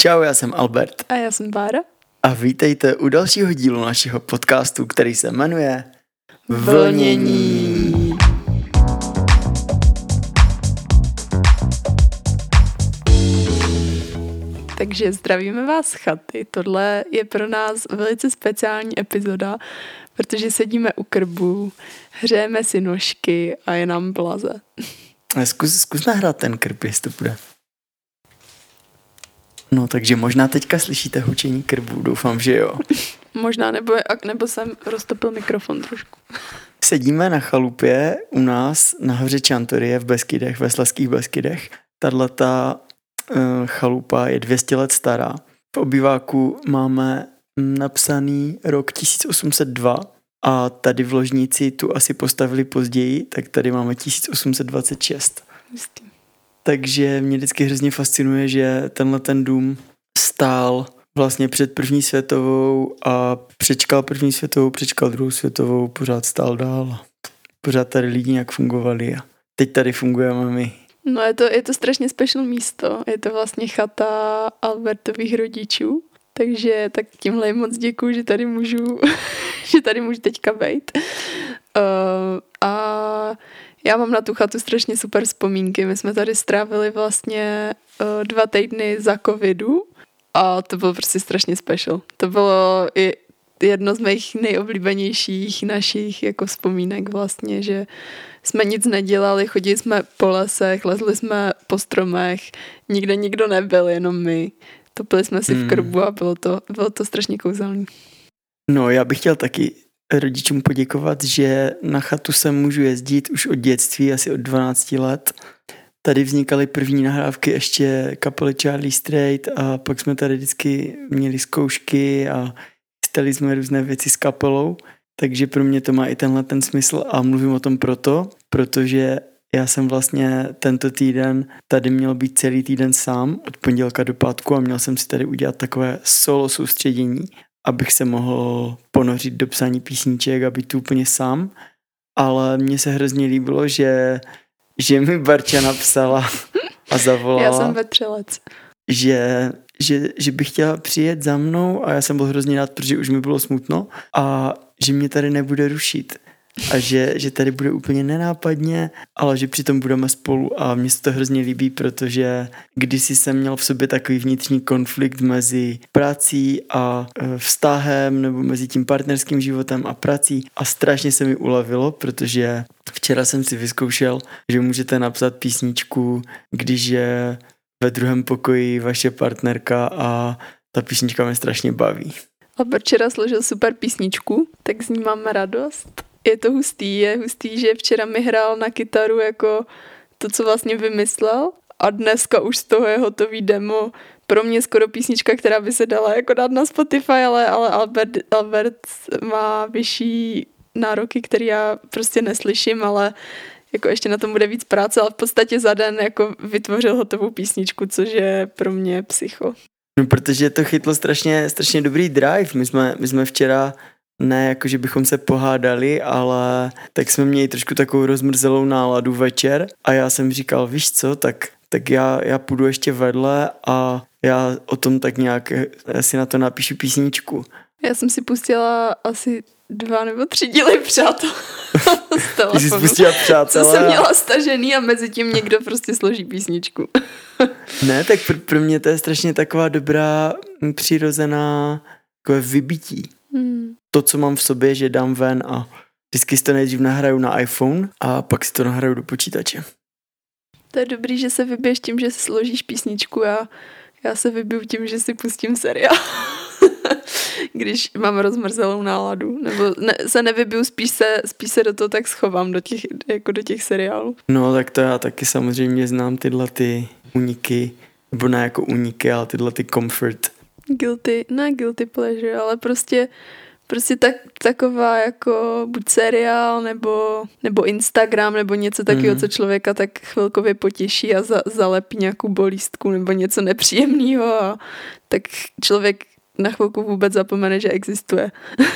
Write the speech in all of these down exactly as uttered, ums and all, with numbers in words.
Čau, já jsem Albert. A já jsem Bára. A vítejte u dalšího dílu našeho podcastu, který se jmenuje Vlnění. Takže zdravíme vás z chaty. Tohle je pro nás velice speciální epizoda, protože sedíme u krbu, hřejeme si nožky a je nám blaze. Zkus, zkus nahrát ten krb, jestli to bude. No, takže možná teďka slyšíte hučení krbu, doufám, že jo. Možná, nebo, nebo jsem roztopil mikrofon trošku. Sedíme na chalupě u nás na hoře Čantorie v Beskydech, ve Slezských Beskydech. Tahleta uh, chalupa je dvě stě let stará. V obýváku máme napsaný rok tisíc osm set dva a tady v ložnici tu asi postavili později, tak tady máme tisíc osm set dvacet šest. Jistý. Takže mě vždycky hrozně fascinuje, že tenhle ten dům stál vlastně před první světovou a přečkal první světovou, přečkal druhou světovou, pořád stál dál. Pořád tady lidi nějak fungovali a teď tady fungujeme my. No je to, je to strašně special místo. Je to vlastně chata Albertových rodičů. Takže tak tímhle moc děkuju, že tady můžu, že tady můžu teďka bejt. Uh, a já mám na tu chatu strašně super vzpomínky. My jsme tady strávili vlastně uh, dva týdny za covidu a to bylo prostě strašně special. To bylo i jedno z mých nejoblíbenějších našich jako vzpomínek vlastně, že jsme nic nedělali, chodili jsme po lesech, lezli jsme po stromech, nikde nikdo nebyl, jenom my. Topili jsme si hmm. v krbu a bylo to, bylo to strašně kouzelný. No, já bych chtěl taky rodičům poděkovat, že na chatu se můžu jezdit už od dětství, asi od dvanácti let. Tady vznikaly první nahrávky ještě kapely Charlie Straight a pak jsme tady vždycky měli zkoušky a stali jsme různé věci s kapelou, takže pro mě to má i tenhle ten smysl a mluvím o tom proto, protože já jsem vlastně tento týden tady měl být celý týden sám od pondělka do pátku a měl jsem si tady udělat takové solo soustředění, abych se mohl ponořit do psání písniček a být tu úplně sám, ale mně se hrozně líbilo, že, že mi Barča napsala a zavolala. Já jsem vetřelec. Že, že, že bych chtěla přijet za mnou a já jsem byl hrozně rád, protože už mi bylo smutno a že mě tady nebude rušit a že, že tady bude úplně nenápadně, ale že přitom budeme spolu a mně se to hrozně líbí, protože kdysi jsem měl v sobě takový vnitřní konflikt mezi prací a vztahem nebo mezi tím partnerským životem a prací a strašně se mi ulevilo, protože včera jsem si vyzkoušel, že můžete napsat písničku, když je ve druhém pokoji vaše partnerka a ta písnička mě strašně baví. Albert včera složil super písničku, tak z ní máme radost. Je to hustý, je hustý, že včera mi hrál na kytaru jako to, co vlastně vymyslel a dneska už z toho je hotový demo. Pro mě skoro písnička, která by se dala jako dát na Spotify, ale, ale Albert, Albert má vyšší nároky, které já prostě neslyším, ale jako ještě na tom bude víc práce, ale v podstatě za den jako vytvořil hotovou písničku, což je pro mě psycho. No, protože to chytlo strašně, strašně dobrý drive. My jsme, my jsme včera, ne jako, že bychom se pohádali, ale tak jsme měli trošku takovou rozmrzelou náladu večer a já jsem říkal, víš co, tak, tak já, já půjdu ještě vedle a já o tom tak nějak, já si na to napíšu písničku. Já jsem si pustila asi dva nebo tři díly Přátel z telefonu. Ty jsi spustila Přátelé. Co jsem měla stažený a mezi tím někdo prostě složí písničku. Ne, tak pro, pro mě to je strašně taková dobrá, přirozená takové vybití. Hmm. To, co mám v sobě, že dám ven a vždycky si to nejdřív nahraju na iPhone a pak si to nahraju do počítače. To je dobrý, že se vybiješ tím, že si složíš písničku a já se vybiju tím, že si pustím seriál. Když mám rozmrzelou náladu. Nebo ne, se nevybiju, spíš se, spíš se do toho tak schovám, do těch, jako do těch seriálů. No tak to já taky samozřejmě znám tyhle ty úniky, nebo ne jako úniky, ale tyhle ty comfort. Guilty, ne guilty pleasure, ale prostě prostě tak, taková jako buď seriál, nebo, nebo Instagram, nebo něco takového, mm. co člověka tak chvilkově potěší a za, zalepí nějakou bolístku nebo něco nepříjemného a tak člověk na chvilku vůbec zapomene, že existuje.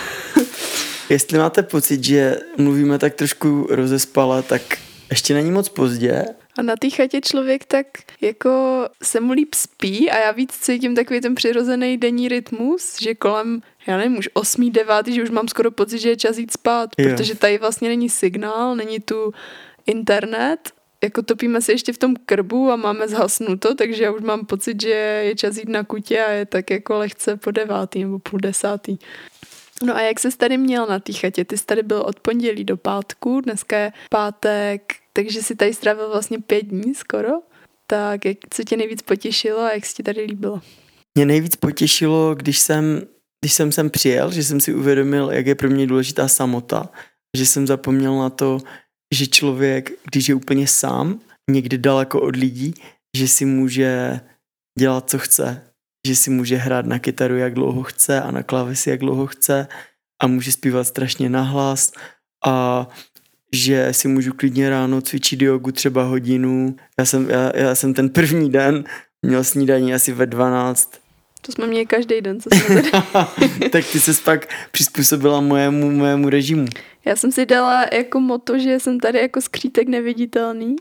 Jestli máte pocit, že mluvíme tak trošku rozespale, tak ještě není moc pozdě A na té chatě člověk tak jako se mu líp spí a já víc cítím takový ten přirozený denní rytmus, že kolem, já nevím, už osmý, devátý, že už mám skoro pocit, že je čas jít spát, jo. Protože tady vlastně není signál, není tu internet, jako topíme se ještě v tom krbu a máme zhasnuto, takže já už mám pocit, že je čas jít na kutě a je tak jako lehce po devátý nebo půl desátý. No a jak ses tady měl na té chatě? Ty jsi tady byl od pondělí do pátku, dneska je pátek, takže si tady strávil vlastně pět dní skoro. Tak jak, co tě nejvíc potěšilo a jak se ti tady líbilo? Mě nejvíc potěšilo, když jsem, když jsem sem přijel, že jsem si uvědomil, jak je pro mě důležitá samota. Že jsem zapomněl na to, že člověk, když je úplně sám, někdy daleko od lidí, že si může dělat, co chce. Že si může hrát na kytaru, jak dlouho chce a na klávesi, jak dlouho chce a může zpívat strašně nahlas a že si můžu klidně ráno cvičit jogu třeba hodinu. Já jsem, já, já jsem ten první den měl snídaní asi ve dvanáct. To jsme měli každý den, co jsme tady. Tak ty ses pak přizpůsobila mojemu, mojemu režimu. Já jsem si dala jako motto, že jsem tady jako skřítek neviditelný.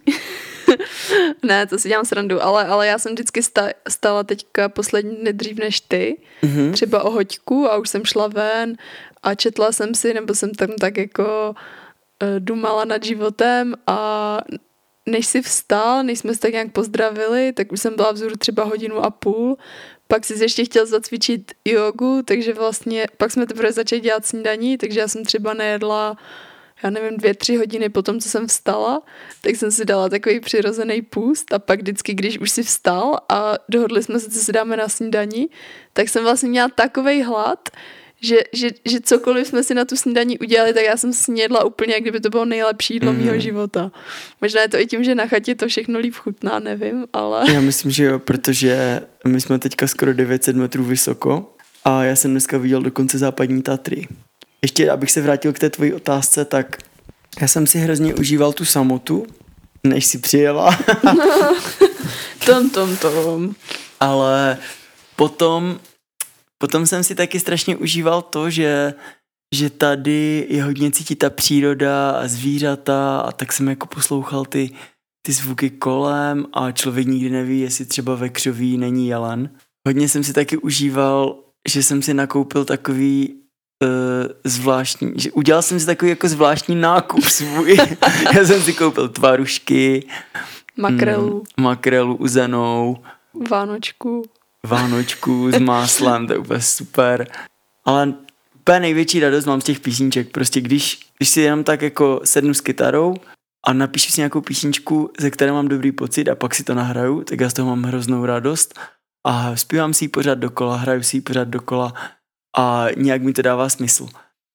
Ne, to si dělám srandu, ale, ale já jsem vždycky sta, stala teďka poslední dny dřív než ty, mm-hmm. třeba o hoďku a už jsem šla ven a četla jsem si, nebo jsem tam tak jako uh, dumala nad životem a než si vstal, než jsme se tak nějak pozdravili, tak už jsem byla vzhůru třeba hodinu a půl, pak si ještě chtěl zacvičit jogu, takže vlastně pak jsme teprve začali dělat snídaní, takže já jsem třeba nejedla já nevím, dvě, tři hodiny po tom, co jsem vstala, tak jsem si dala takový přirozený půst a pak vždycky, když už si vstal a dohodli jsme se, co si dáme na snídani, tak jsem vlastně měla takovej hlad, že, že, že cokoliv jsme si na tu snídani udělali, tak já jsem snědla úplně, jak kdyby to bylo nejlepší jídlo mm. mýho života. Možná je to i tím, že na chatě to všechno líp chutná, nevím, ale... Já myslím, že jo, protože my jsme teďka skoro devět set metrů vysoko a já jsem dneska viděl dokonce západní Tatry. Ještě, abych se vrátil k té tvojí otázce, tak já jsem si hrozně užíval tu samotu, než si přijela. tom, tom, tom. Ale potom, potom jsem si taky strašně užíval to, že, že tady je hodně cítit ta příroda a zvířata a tak jsem jako poslouchal ty, ty zvuky kolem a člověk nikdy neví, jestli třeba ve křoví není jelen. Hodně jsem si taky užíval, že jsem si nakoupil takový zvláštní, že udělal jsem si takový jako zvláštní nákup svůj. Já jsem si koupil tvarušky, makrelu, mm, makrelu uzenou, vánočku, vánočku s máslem, to je úplně super. Ale úplně největší radost mám z těch písniček. Prostě když, když si jenom tak jako sednu s kytarou a napíšu si nějakou písničku, ze které mám dobrý pocit a pak si to nahraju, tak já z toho mám hroznou radost a zpívám si ji pořád dokola, hraju si ji pořád dokola a nějak mi to dává smysl.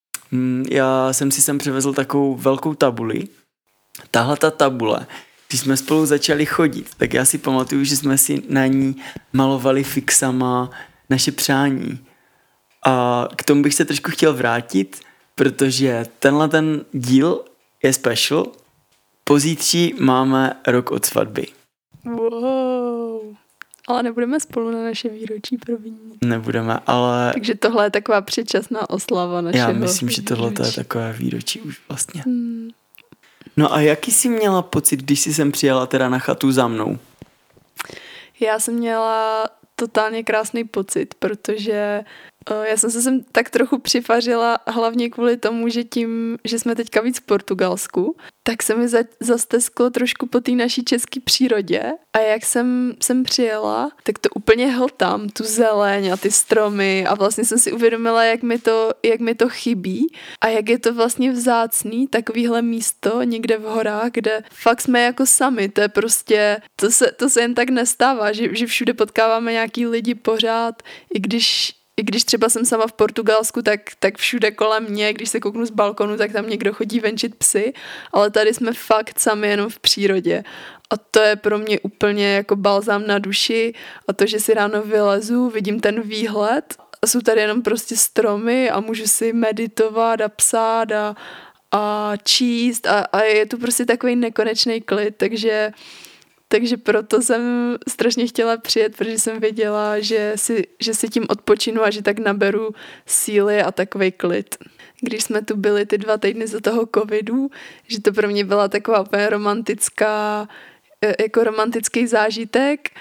Já jsem si sem přivezl takovou velkou tabuli. Tahle ta tabule, když jsme spolu začali chodit, tak já si pamatuju, že jsme si na ní malovali fixama naše přání. A k tomu bych se trošku chtěl vrátit, protože tenhle ten díl je special. Pozítří máme rok od svatby. Wow. Ale nebudeme spolu na naše výročí první. Nebudeme, ale... Takže tohle je taková předčasná oslava našeho. Já myslím, že tohle je takové výročí už vlastně. Hmm. No a jaký jsi měla pocit, když jsi sem přijela teda na chatu za mnou? Já jsem měla totálně krásný pocit, protože uh, já jsem se sem tak trochu přifařila hlavně kvůli tomu, že tím, že jsme teďka víc v Portugalsku, tak se mi za, zastesklo trošku po té naší české přírodě a jak jsem sem přijela, tak to úplně hltám, tu zeleň a ty stromy a vlastně jsem si uvědomila, jak mi to, jak mi to chybí a jak je to vlastně vzácný, takovýhle místo někde v horách, kde fakt jsme jako sami, to je prostě, to se, to se jen tak nestává, že, že všude potkáváme nějaký lidi pořád, i když I když třeba jsem sama v Portugalsku, tak, tak všude kolem mě, když se kouknu z balkonu, tak tam někdo chodí venčit psy, ale tady jsme fakt sami jenom v přírodě. A to je pro mě úplně jako balzám na duši a to, že si ráno vylezu, vidím ten výhled a jsou tady jenom prostě stromy a můžu si meditovat a psát a, a číst a, a je tu prostě takový nekonečný klid, takže Takže proto jsem strašně chtěla přijet, protože jsem věděla, že si, že si tím odpočinu a že tak naberu síly a takovej klid. Když jsme tu byli ty dva týdny za toho covidu, že to pro mě byla taková úplně romantická jako romantický zážitek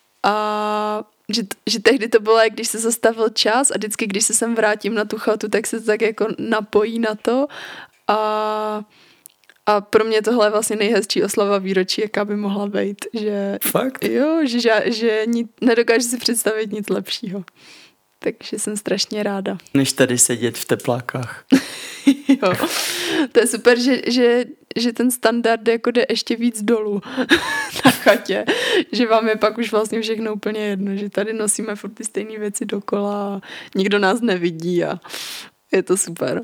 a že, že tehdy to bylo, jak když se zastavil čas a vždycky, když se sem vrátím na tu chatu, tak se to tak jako napojí na to a, a pro mě tohle je vlastně nejhezčí oslava výročí, jaká by mohla být. Že, Fakt? Jo, že, že, že nic, nedokážu si představit nic lepšího. Takže jsem strašně ráda. Než tady sedět v teplákách. Jo, to je super, že, že, že ten standard jako jde ještě víc dolů na chatě, že vám je pak už vlastně všechno úplně jedno, že tady nosíme furt ty stejné věci dokola a nikdo nás nevidí a je to super.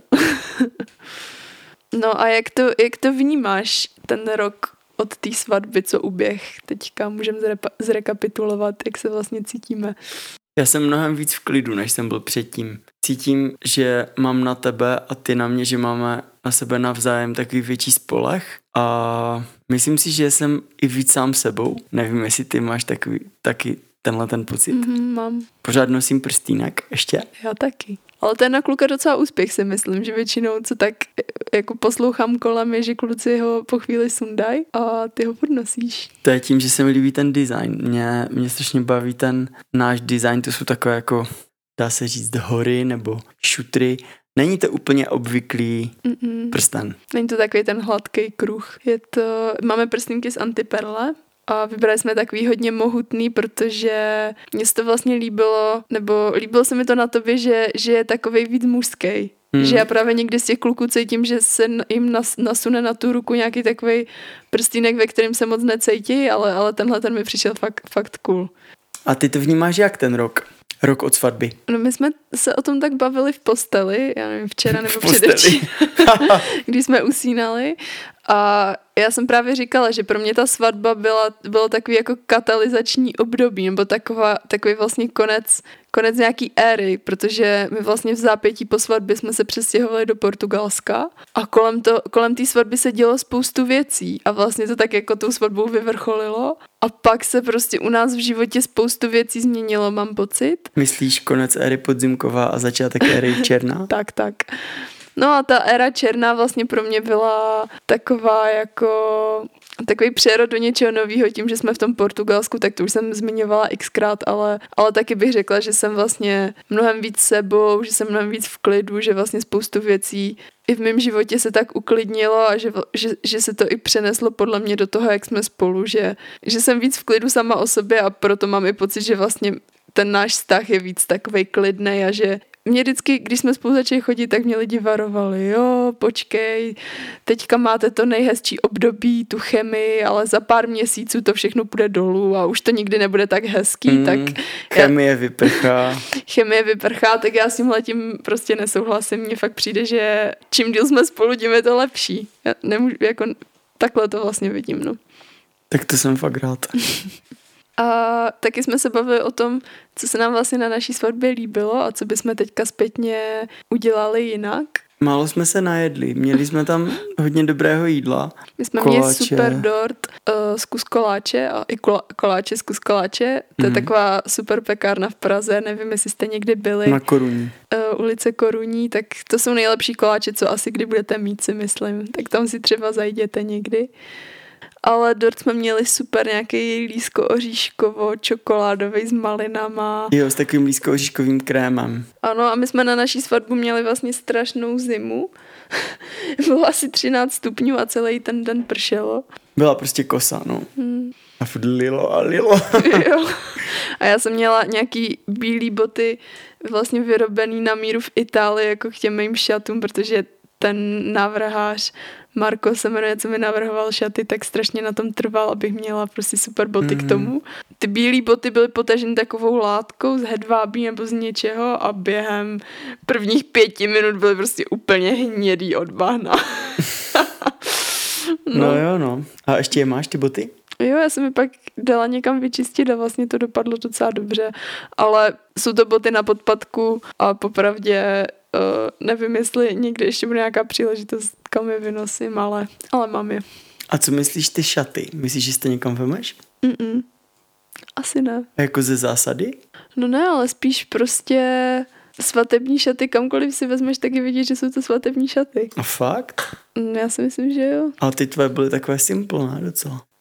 No a jak to, jak to vnímáš ten rok od té svatby, co uběh? Teďka můžeme zrepa- zrekapitulovat, jak se vlastně cítíme. Já jsem mnohem víc v klidu, než jsem byl předtím. Cítím, že mám na tebe a ty na mě, že máme na sebe navzájem takový větší spoleh a myslím si, že jsem i víc sám sebou. Nevím, jestli ty máš takový, taky tenhle ten pocit. Mm-hmm, mám. Pořád nosím prstýnek ještě. Já taky. Ale to je na kluka docela úspěch, si myslím, že většinou, co tak jako poslouchám kolem, je, že kluci ho po chvíli sundají a ty ho furt nosíš. To je tím, že se mi líbí ten design. Mě, mě strašně baví ten náš design, to jsou takové jako, dá se říct, hory nebo šutry. Není to úplně obvyklý Mm-mm. prsten. Není to takový ten hladký kruh. Je to, máme prstínky z antiperle. A vybrali jsme takový hodně mohutný, protože mně se to vlastně líbilo, nebo líbilo se mi to na tobě, že, že je takovej víc mužský. Hmm. Že já právě někdy z těch kluků cítím, že se jim nas, nasune na tu ruku nějaký takovej prstínek, ve kterým se moc necítí, ale, ale tenhle ten mi přišel fakt, fakt cool. A ty to vnímáš jak ten rok? Rok od svatby. No my jsme se o tom tak bavili v posteli, já nevím, včera nebo předevčírem, když jsme usínali. A já jsem právě říkala, že pro mě ta svatba byla, bylo takový jako katalyzační období, nebo taková, takový vlastně konec, konec nějaký éry, protože my vlastně v zápětí po svatbě jsme se přestěhovali do Portugalska a kolem to, kolem té svatby se dělo spoustu věcí a vlastně to tak jako tou svatbou vyvrcholilo a pak se prostě u nás v životě spoustu věcí změnilo, mám pocit. Myslíš konec éry podzimková a začátek éry černá? tak, tak. No a ta éra černá vlastně pro mě byla taková jako takový přerod do něčeho nového tím, že jsme v tom Portugalsku, tak to už jsem zmiňovala xkrát, ale, ale taky bych řekla, že jsem vlastně mnohem víc sebou, že jsem mnohem víc v klidu, že vlastně spoustu věcí i v mém životě se tak uklidnilo a že, že, že se to i přeneslo podle mě do toho, jak jsme spolu, že, že jsem víc v klidu sama o sobě a proto mám i pocit, že vlastně ten náš vztah je víc takovej klidnej a že mě vždycky, když jsme spolu začali chodit, tak mě lidi varovali, jo, počkej, teďka máte to nejhezčí období, tu chemii, ale za pár měsíců to všechno půjde dolů a už to nikdy nebude tak hezký, mm, tak... Chemie já, vyprchá. Chemie vyprchá, tak já s tímhletím prostě nesouhlasím, mně fakt přijde, že čím díl jsme spolu, tím je to lepší. Já nemůžu, jako takhle to vlastně vidím, no. Tak to jsem fakt rád. A taky jsme se bavili o tom, co se nám vlastně na naší svatbě líbilo a co bychom teďka zpětně udělali jinak. Málo jsme se najedli, měli jsme tam hodně dobrého jídla. My jsme koláče. Měli super dort uh, z kus koláče a i kola, koláče z kus koláče. To je mm. taková super pekárna v Praze, nevím, jestli jste někdy byli. Na Koruní. Uh, ulice Koruní, tak to jsou nejlepší koláče, co asi kdy budete mít, si myslím. Tak tam si třeba zajděte někdy. Ale dort jsme měli super nějaký lísko-oříškovo-čokoládový s malinama. Jo, s takovým lísko-oříškovým krémem. Ano, a my jsme na naší svatbu měli vlastně strašnou zimu. Bylo asi třináct stupňů a celý ten den pršelo. Byla prostě kosa, no. Hmm. A furt lilo a lilo. Jo. A já jsem měla nějaký bílý boty vlastně vyrobený na míru v Itálii jako k těm mým šatům, protože ten návrhář Marko se jmenuje, co mi navrhoval šaty, tak strašně na tom trval, abych měla prostě super boty mm. k tomu. Ty bílé boty byly potaženy takovou látkou z hedvábí nebo z něčeho a během prvních pěti minut byly prostě úplně hnědý od bahna. no. no jo, no. A ještě je máš ty boty? Jo, já jsem mi pak dala někam vyčistit a vlastně to dopadlo docela dobře, ale jsou to boty na podpatku a popravdě uh, nevím, jestli někdy ještě bude nějaká příležitost, kam je vynosím, ale, ale mám je. A co myslíš ty šaty? Myslíš, že jste někam vemeš? Mm-mm. Asi ne. A jako ze zásady? No ne, ale spíš prostě svatební šaty, kamkoliv si vezmeš, tak je vidět, že jsou to svatební šaty. A fakt? Já si myslím, že jo. Ale ty tvoje byly takové simplné docela.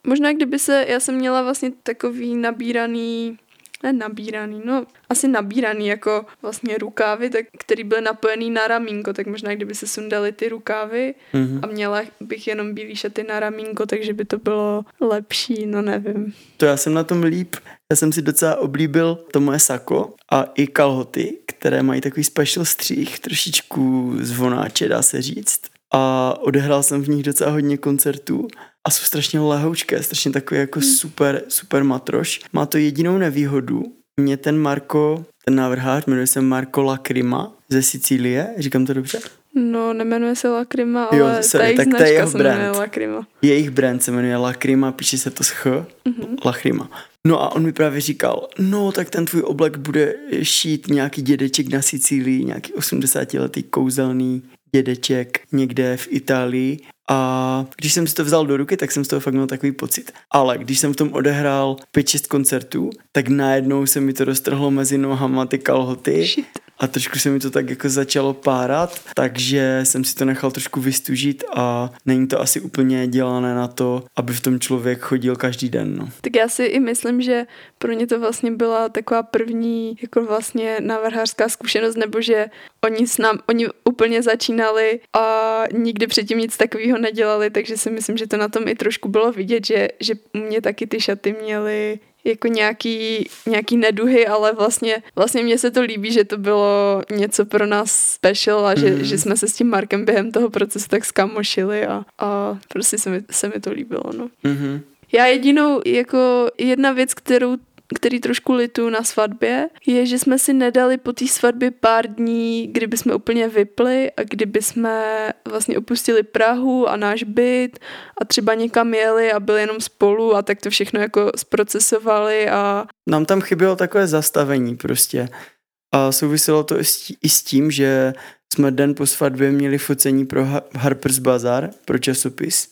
Možná kdyby se, já jsem měla vlastně takový nabíraný, ne nabíraný, no asi nabíraný jako vlastně rukávy, tak, který byly napojený na ramínko, tak možná kdyby se sundaly ty rukávy mm-hmm. a měla bych jenom bílý šaty na ramínko, takže by to bylo lepší, no nevím. To já jsem na tom líp. Já jsem si docela oblíbil to moje sako a i kalhoty, které mají takový special střih, trošičku zvonáče, dá se říct. A odehrál jsem v nich docela hodně koncertů a jsou strašně lehoučké, strašně takový jako super, super matroš. Má to jedinou nevýhodu. Mě ten Marko, ten návrhář, jmenuje se Marco Lacrima ze Sicílie, říkám to dobře? No, nemenuje se Lacrima, ale jo, sorry, ta jejich tak značka se jmenuje Lacrima. Jejich brand se jmenuje Lacrima, píše se to s ch, mm-hmm. Lacrima. No a on mi právě říkal, no tak ten tvůj oblek bude šít nějaký dědeček na Sicílii, nějaký osmdesátiletý kouzelný dědeček někde v Itálii. A když jsem si to vzal do ruky, tak jsem z toho fakt měl takový pocit. Ale když jsem v tom odehrál pět šest koncertů, tak najednou se mi to roztrhlo mezi nohama ty kalhoty. Shit. A trošku se mi to tak jako začalo párat, takže jsem si to nechal trošku vystužit a není to asi úplně dělané na to, aby v tom člověk chodil každý den. No. Tak já si i myslím, že pro ně to vlastně byla taková první jako vlastně návrhářská zkušenost, nebo že oni s nám, oni úplně začínali a nikdy předtím nic takového nedělali, takže si myslím, že to na tom i trošku bylo vidět, že, že mě taky ty šaty měly jako nějaký, nějaký neduhy, ale vlastně, vlastně mně se to líbí, že to bylo něco pro nás special a že, mm. že jsme se s tím Markem během toho procesu tak zkamošili a, a prostě se mi, se mi to líbilo, no. Mm-hmm. Já jedinou, jako jedna věc, kterou který trošku litu na svatbě, je, že jsme si nedali po té svatbě pár dní, kdyby jsme úplně vypli a kdyby jsme vlastně opustili Prahu a náš byt a třeba někam jeli a byli jenom spolu a tak to všechno jako zprocesovali a... Nám tam chybělo takové zastavení prostě a souviselo to i s tím, že jsme den po svatbě měli focení pro Harper's Bazaar, pro časopis.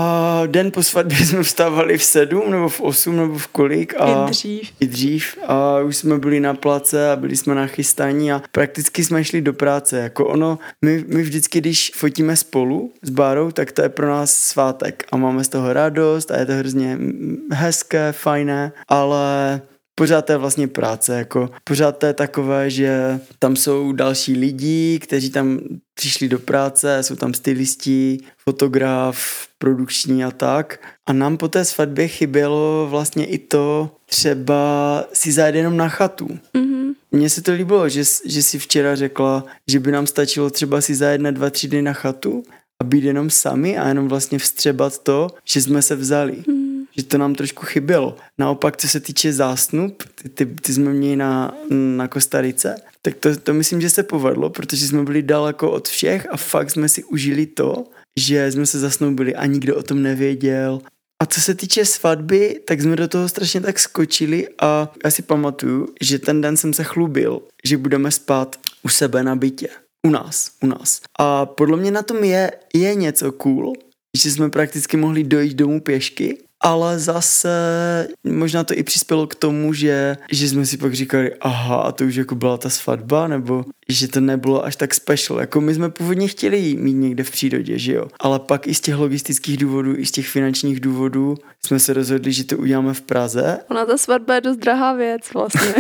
A den po svatbě jsme vstávali v sedm, nebo v osm, nebo v kolik. A I dřív. I dřív. A už jsme byli na place a byli jsme nachystaní a prakticky jsme šli do práce. Jako ono, my, my vždycky, když fotíme spolu s Bárou, tak to je pro nás svátek. A máme z toho radost a je to hrozně hezké, fajné, ale... Pořád to je vlastně práce, jako pořád to je takové, že tam jsou další lidi, kteří tam přišli do práce, jsou tam stylisti, fotograf, produkční a tak. A nám po té svatbě chybělo vlastně i to třeba si zajet jenom na chatu. Mm-hmm. Mně se to líbilo, že, že si včera řekla, že by nám stačilo třeba si zajet na dva, tři dny na chatu a být jenom sami a jenom vlastně vstřebat to, že jsme se vzali. Mm. Že to nám trošku chybělo. Naopak, co se týče zásnub, ty, ty, ty jsme měli na, na Kostarice, tak to, to myslím, že se povedlo, protože jsme byli daleko od všech a fakt jsme si užili to, že jsme se zasnoubili a nikdo o tom nevěděl. A co se týče svatby, tak jsme do toho strašně tak skočili a já si pamatuju, že ten den jsem se chlubil, že budeme spát u sebe na bytě. U nás, u nás. A podle mě na tom je, je něco cool, že jsme prakticky mohli dojít domů pěšky, ale zase možná to i přispělo k tomu, že, že jsme si pak říkali, aha, a to už jako byla ta svatba, nebo že to nebylo až tak special. Jako my jsme původně chtěli mít někde v přírodě, že jo? Ale pak i z těch logistických důvodů, i z těch finančních důvodů jsme se rozhodli, že to uděláme v Praze. Ona ta svatba je dost drahá věc vlastně.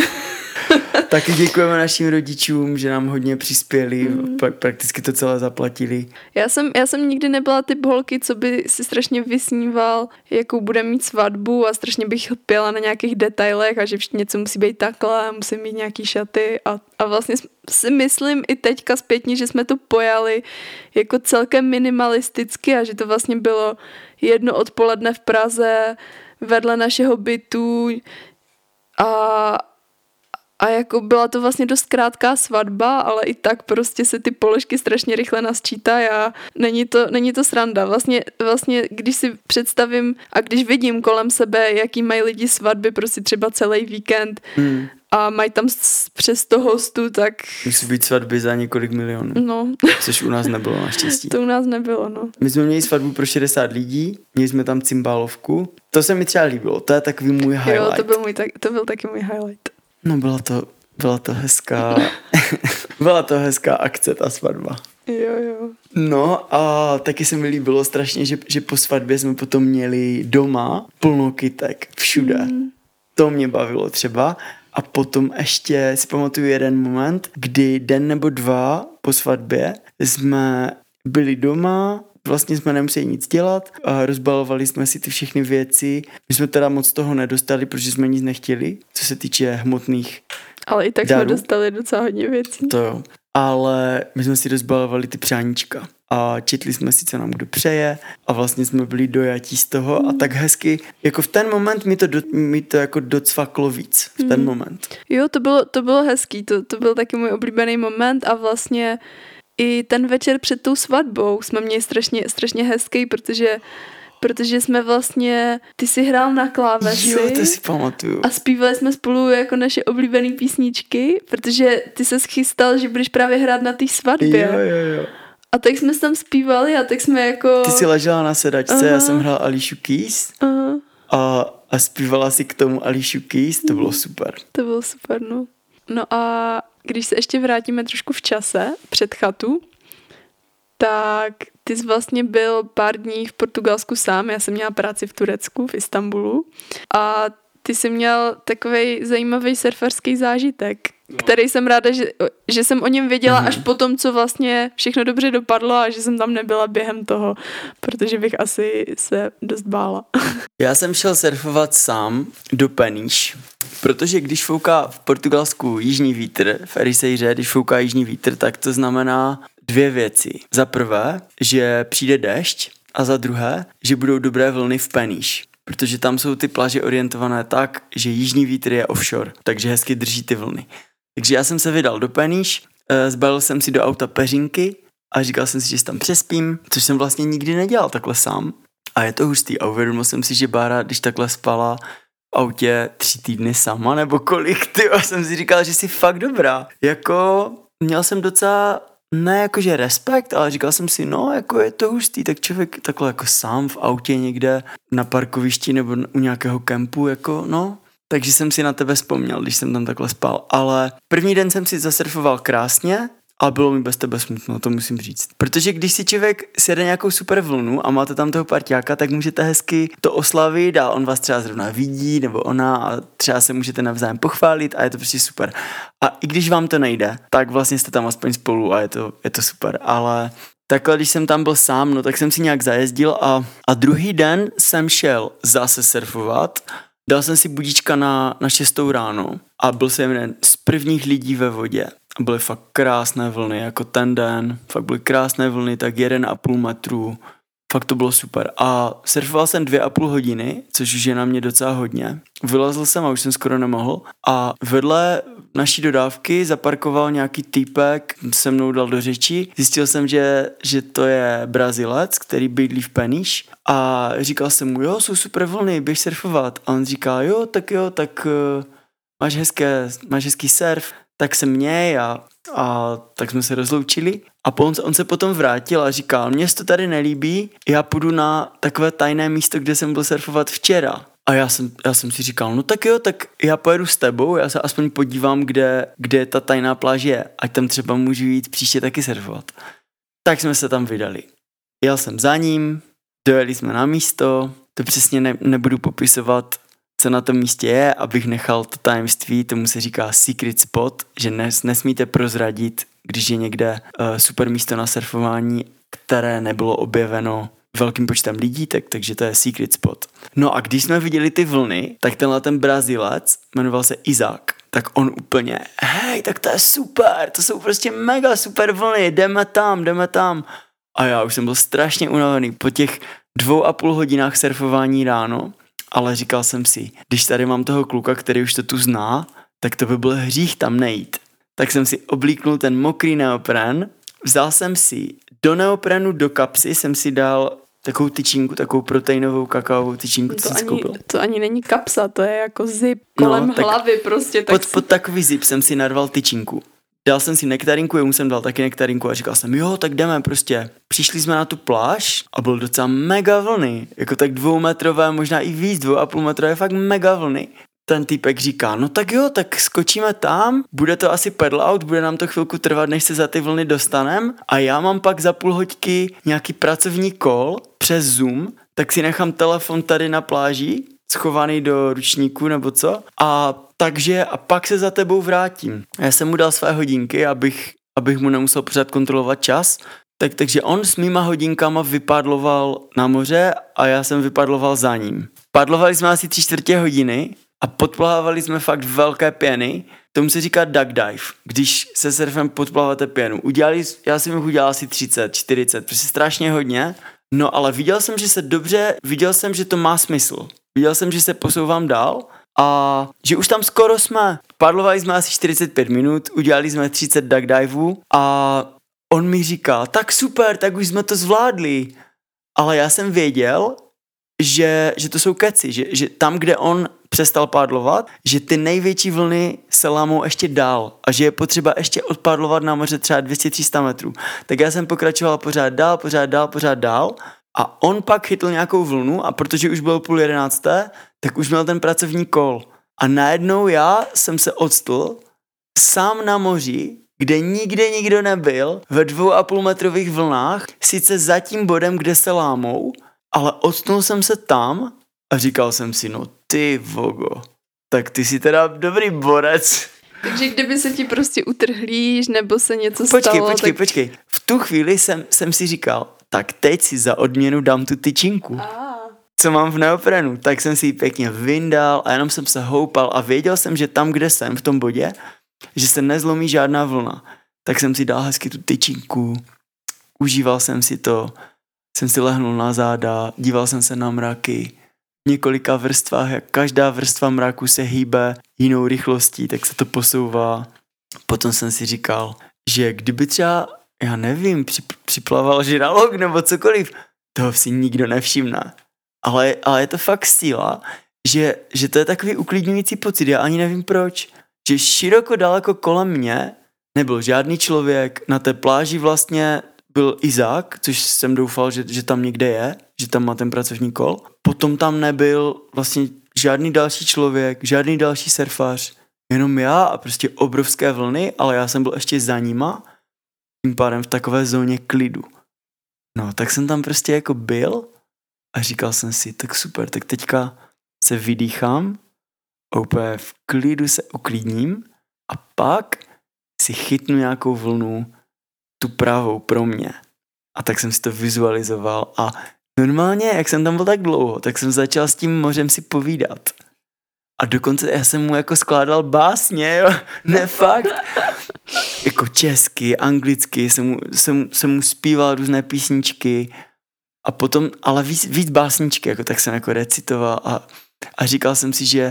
Taky děkujeme našim rodičům, že nám hodně přispěli, mm. pra- prakticky to celé zaplatili. Já jsem, já jsem nikdy nebyla typ holky, co by si strašně vysníval, jakou bude mít svatbu a strašně bych lpěla na nějakých detailech a že něco musí být takhle, musím mít nějaký šaty a, a vlastně si myslím i teďka zpětně, že jsme to pojali jako celkem minimalisticky a že to vlastně bylo jedno odpoledne v Praze vedle našeho bytu a A jako byla to vlastně dost krátká svatba, ale i tak prostě se ty položky strašně rychle nasčítají a není to, není to sranda. Vlastně, vlastně, když si představím a když vidím kolem sebe, jaký mají lidi svatby, prostě třeba celý víkend hmm. a mají tam přes sto hostů, tak... Musí být svatby za několik milionů. No. Což u nás nebylo naštěstí. To u nás nebylo, no. My jsme měli svatbu pro šedesát lidí, měli jsme tam cymbálovku. To se mi třeba líbilo, to je takový můj highlight. Jo, to byl, můj, to byl taky můj highlight. No byla to, byla to hezká, byla to hezká akce, ta svatba. Jo, jo. No a taky se mi líbilo strašně, že, že po svatbě jsme potom měli doma plno kytek, všude. Mm. To mě bavilo třeba. A potom ještě si pamatuju jeden moment, kdy den nebo dva po svatbě jsme byli doma, vlastně jsme nemuseli nic dělat a rozbalovali jsme si ty všechny věci. My jsme teda moc toho nedostali, protože jsme nic nechtěli, co se týče hmotných Ale i tak darů. jsme dostali docela hodně věcí. To jo. Ale my jsme si rozbalovali ty přáníčka a četli jsme si, co nám kdo přeje a vlastně jsme byli dojatí z toho mm. a tak hezky, jako v ten moment mi to, do, mi to jako docvaklo víc, v ten mm. moment. Jo, to bylo, to bylo hezký, to, to byl taky můj oblíbený moment a vlastně i ten večer před tou svatbou jsme měli strašně, strašně hezký, protože protože jsme vlastně, ty si hrál na klávesi. Jo, to si pamatuju. A zpívali jsme spolu jako naše oblíbené písničky, protože ty se schystal, že budeš právě hrát na té svatbě. Jo, jo, jo. A tak jsme tam zpívali a tak jsme jako... Ty jsi ležela na sedačce, uh-huh. já jsem hrál Alicia Keys uh-huh. a, a zpívala si k tomu Alicia Keys, to bylo super. To bylo super, no. No a když se ještě vrátíme trošku v čase, před chatu, tak ty jsi vlastně byl pár dní v Portugalsku sám, já jsem měla práci v Turecku, v Istanbulu a ty jsi měl takovej zajímavý surferský zážitek, no. který jsem ráda, že, že jsem o něm věděla mm-hmm. až po tom, co vlastně všechno dobře dopadlo a že jsem tam nebyla během toho, protože bych asi se dost bála. Já jsem šel surfovat sám do Peníš, protože když fouká v Portugalsku jižní vítr, v Ericeiře, když fouká jižní vítr, tak to znamená dvě věci. Za prvé, že přijde déšť a za druhé, že budou dobré vlny v Peníš. Protože tam jsou ty pláže orientované tak, že jižní vítr je offshore, takže hezky drží ty vlny. Takže já jsem se vydal do Peníš, zbalil jsem si do auta peřinky a říkal jsem si, že si tam přespím, což jsem vlastně nikdy nedělal takhle sám. A je to hustý a uvědomil jsem si, že Bára, když takhle spala v autě tři týdny sama, nebo kolik, ty, a jsem si říkal, že jsi fakt dobrá. Jako, měl jsem docela... Ne jakože respekt, ale říkal jsem si, no, jako je to hustý, tak člověk takhle jako sám v autě někde na parkovišti nebo u nějakého kempu, jako no. Takže jsem si na tebe vzpomněl, když jsem tam takhle spal. Ale první den jsem si zasurfoval krásně a bylo mi bez tebe smutno, to musím říct. Protože když si člověk sjede nějakou super vlnu a máte tam toho parťáka, tak můžete hezky to oslavit a on vás třeba zrovna vidí, nebo ona a třeba se můžete navzájem pochválit a je to prostě super. A i když vám to nejde, tak vlastně jste tam aspoň spolu a je to, je to super. Ale takhle, když jsem tam byl sám, no tak jsem si nějak zajezdil a, a druhý den jsem šel zase surfovat. Dal jsem si budíčka na, na šestou ráno a byl jsem jeden z prvních lidí ve vodě. A byly fakt krásné vlny, jako ten den, fakt byly krásné vlny, tak jeden a půl metru, fakt to bylo super. A surfoval jsem dvě a půl hodiny, což už je na mě docela hodně. Vylezl jsem a už jsem skoro nemohl. A vedle naší dodávky zaparkoval nějaký týpek, se mnou dal do řeči. Zjistil jsem, že, že to je Brazilec, který bydlí v Peníš. A říkal jsem mu, jo, jsou super vlny, běž surfovat. A on říká, jo, tak jo, tak uh, máš, hezké, máš hezký surf. Tak se měj a, a tak jsme se rozloučili a on, on se potom vrátil a říkal, mně se to tady nelíbí, já půjdu na takové tajné místo, kde jsem byl surfovat včera. A já jsem, já jsem si říkal, no tak jo, tak já pojedu s tebou, já se aspoň podívám, kde, kde ta tajná pláž je, ať tam třeba můžu jít příště taky surfovat. Tak jsme se tam vydali. Jel jsem za ním, dojeli jsme na místo, to přesně ne, nebudu popisovat, co na tom místě je, abych nechal to tajemství, tomu se říká secret spot, že nes, nesmíte prozradit, když je někde uh, super místo na surfování, které nebylo objeveno velkým počtem lidí, tak, takže to je secret spot. No a když jsme viděli ty vlny, tak tenhle ten Brazilec, jmenoval se Izák, tak on úplně, hej, tak to je super, to jsou prostě mega super vlny, jdeme tam, jdeme tam. A já už jsem byl strašně unavený po těch dvou a půl hodinách surfování ráno, ale říkal jsem si, když tady mám toho kluka, který už to tu zná, tak to by byl hřích tam nejít. Tak jsem si oblíknul ten mokrý neopren, vzal jsem si do neoprenu, do kapsy jsem si dal takovou tyčinku, takovou proteinovou kakaovou tyčinku, co jsem koupil. To ani není kapsa, to je jako zip kolem no, hlavy prostě. Tak pod, si... pod takový zip jsem si narval tyčinku. Dal jsem si nektarinku, jemu jsem dal taky nektarinku a říkal jsem, jo, tak jdeme prostě. Přišli jsme na tu pláž a byl docela mega vlny, jako tak dvoumetrové, možná i víc, dvou a půl metrové, fakt mega vlny. ten týpek říká, no tak jo, tak skočíme tam, bude to asi pedal out, bude nám to chvilku trvat, než se za ty vlny dostanem a já mám pak za půl hoďky nějaký pracovní call přes Zoom, tak si nechám telefon tady na pláži, schovaný do ručníku nebo co a takže a pak se za tebou vrátím. Já jsem mu dal své hodinky, abych, abych mu nemusel pořád kontrolovat čas, tak, takže on s mýma hodinkama vypadloval na moře a já jsem vypadloval za ním. Padlovali jsme asi tři čtvrtě hodiny a podplavali jsme fakt velké pěny. Tomu se říká duck dive, když se surfem podpláváte pěnu. Udělali, já jsem jich udělal asi třicet, čtyřicet, prostě strašně hodně. No ale viděl jsem, že se dobře, viděl jsem, že to má smysl. Viděl jsem, že se posouvám dál a že už tam skoro jsme. Padlovali jsme asi čtyřicet pět minut, udělali jsme třicet duck diveů a on mi říkal, tak super, tak už jsme to zvládli. Ale já jsem věděl, že, že to jsou keci, že, že tam, kde on přestal pádlovat, že ty největší vlny se lámou ještě dál a že je potřeba ještě odpádlovat na moře třeba dvě stě tři sta metrů. Tak já jsem pokračoval pořád dál, pořád dál, pořád dál a on pak chytl nějakou vlnu a protože už byl půl jedenácté, tak už měl ten pracovní kol. A najednou já jsem se odstl sám na moři, kde nikde nikdo nebyl, ve dvou a půl metrových vlnách, sice za tím bodem, kde se lámou, ale odstnul jsem se tam a říkal jsem si, no ty vogo, tak ty jsi teda dobrý borec. Takže kdyby se ti prostě utrhlíš, nebo se něco počkej, stalo, Počkej, tak... počkej, v tu chvíli jsem, jsem si říkal, tak teď si za odměnu dám tu tyčinku. Ah. Co mám v neoprenu, tak jsem si ji pěkně vyndal a jenom jsem se houpal a věděl jsem, že tam, kde jsem, v tom bodě, že se nezlomí žádná vlna. Tak jsem si dal hezky tu tyčinku, užíval jsem si to, jsem si lehnul na záda, díval jsem se na mraky, v několika vrstvách, jak každá vrstva mraku se hýbe jinou rychlostí, tak se to posouvá. Potom jsem si říkal, že kdyby třeba, já nevím, přip, připlaval žralok nebo cokoliv, toho si nikdo nevšimne. Ale, ale je to fakt síla, že, že to je takový uklidňující pocit, já ani nevím proč. Že široko daleko kolem mě nebyl žádný člověk, na té pláži vlastně byl Izák, což jsem doufal, že, že tam někde je, že tam má ten pracovní kol. Potom tam nebyl vlastně žádný další člověk, žádný další surfař, jenom já a prostě obrovské vlny, ale já jsem byl ještě za nima, tím pádem v takové zóně klidu. No, tak jsem tam prostě jako byl a říkal jsem si, tak super, tak teďka se vydýchám, a úplně v klidu se uklidním a pak si chytnu nějakou vlnu, tu pravou pro mě. A tak jsem si to vizualizoval a normálně, jak jsem tam byl tak dlouho, tak jsem začal s tím mořem si povídat. A dokonce já jsem mu jako skládal básně, jo? Ne fakt. Jako česky, anglicky, jsem mu, jsem, jsem mu zpíval různé písničky a potom, ale víc, víc básničky, jako tak jsem jako recitoval a, a říkal jsem si, že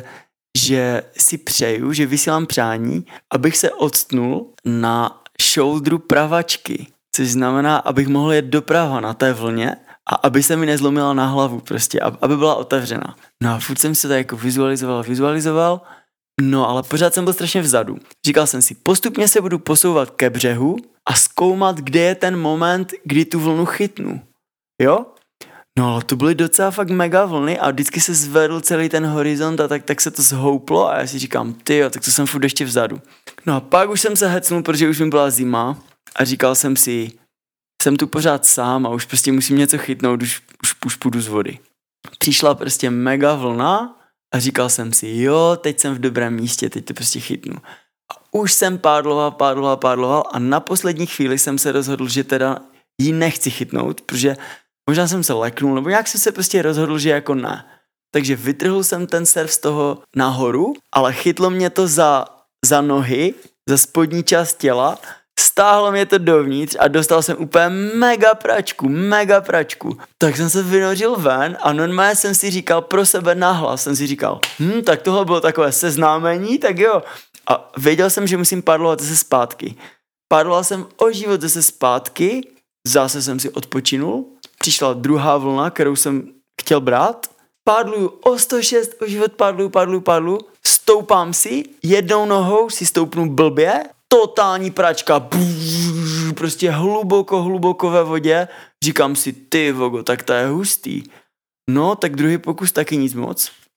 že si přeju, že vysílám přání, abych se odstnul na shoulderu pravačky, což znamená, abych mohl jet doprava na té vlně a aby se mi nezlomila na hlavu prostě, aby byla otevřena. No a furt jsem se to jako vizualizoval, vizualizoval, no ale pořád jsem byl strašně vzadu. Říkal jsem si, postupně se budu posouvat ke břehu a zkoumat, kde je ten moment, kdy tu vlnu chytnu. Jo? No ale to byly docela fakt mega vlny a vždycky se zvedl celý ten horizont a tak, tak se to zhouplo a já si říkám, tyjo, tak to jsem furt ještě vzadu. No a pak už jsem se hecnul, protože už mi byla zima a říkal jsem si, jsem tu pořád sám a už prostě musím něco chytnout, už, už, už půjdu z vody. Přišla prostě mega vlna a říkal jsem si, jo, teď jsem v dobrém místě, teď to prostě chytnu. A už jsem pádloval, pádloval, pádloval a na poslední chvíli jsem se rozhodl, že teda ji nechci chytnout, protože možná jsem se leknul, nebo nějak jsem se prostě rozhodl, že jako ne. Takže vytrhl jsem ten surf z toho nahoru, ale chytlo mě to za, za nohy, za spodní část těla, stáhlo mě to dovnitř a dostal jsem úplně mega pračku, mega pračku. Tak jsem se vynořil ven a normálně jsem si říkal pro sebe nahlas, jsem si říkal, hm, tak tohle bylo takové seznámení, tak jo. A věděl jsem, že musím padlovat zase zpátky. Padloval jsem o život zase zpátky, zase jsem si odpočinul, přišla druhá vlna, kterou jsem chtěl brát, pádluju o sto šest, o život pádluju, pádluju, pádluju, stoupám si, jednou nohou si stoupnu blbě, totální pračka, bůž, prostě hluboko, hluboko ve vodě, říkám si, ty vogo, tak to je hustý. No, tak druhý pokus taky nic moc.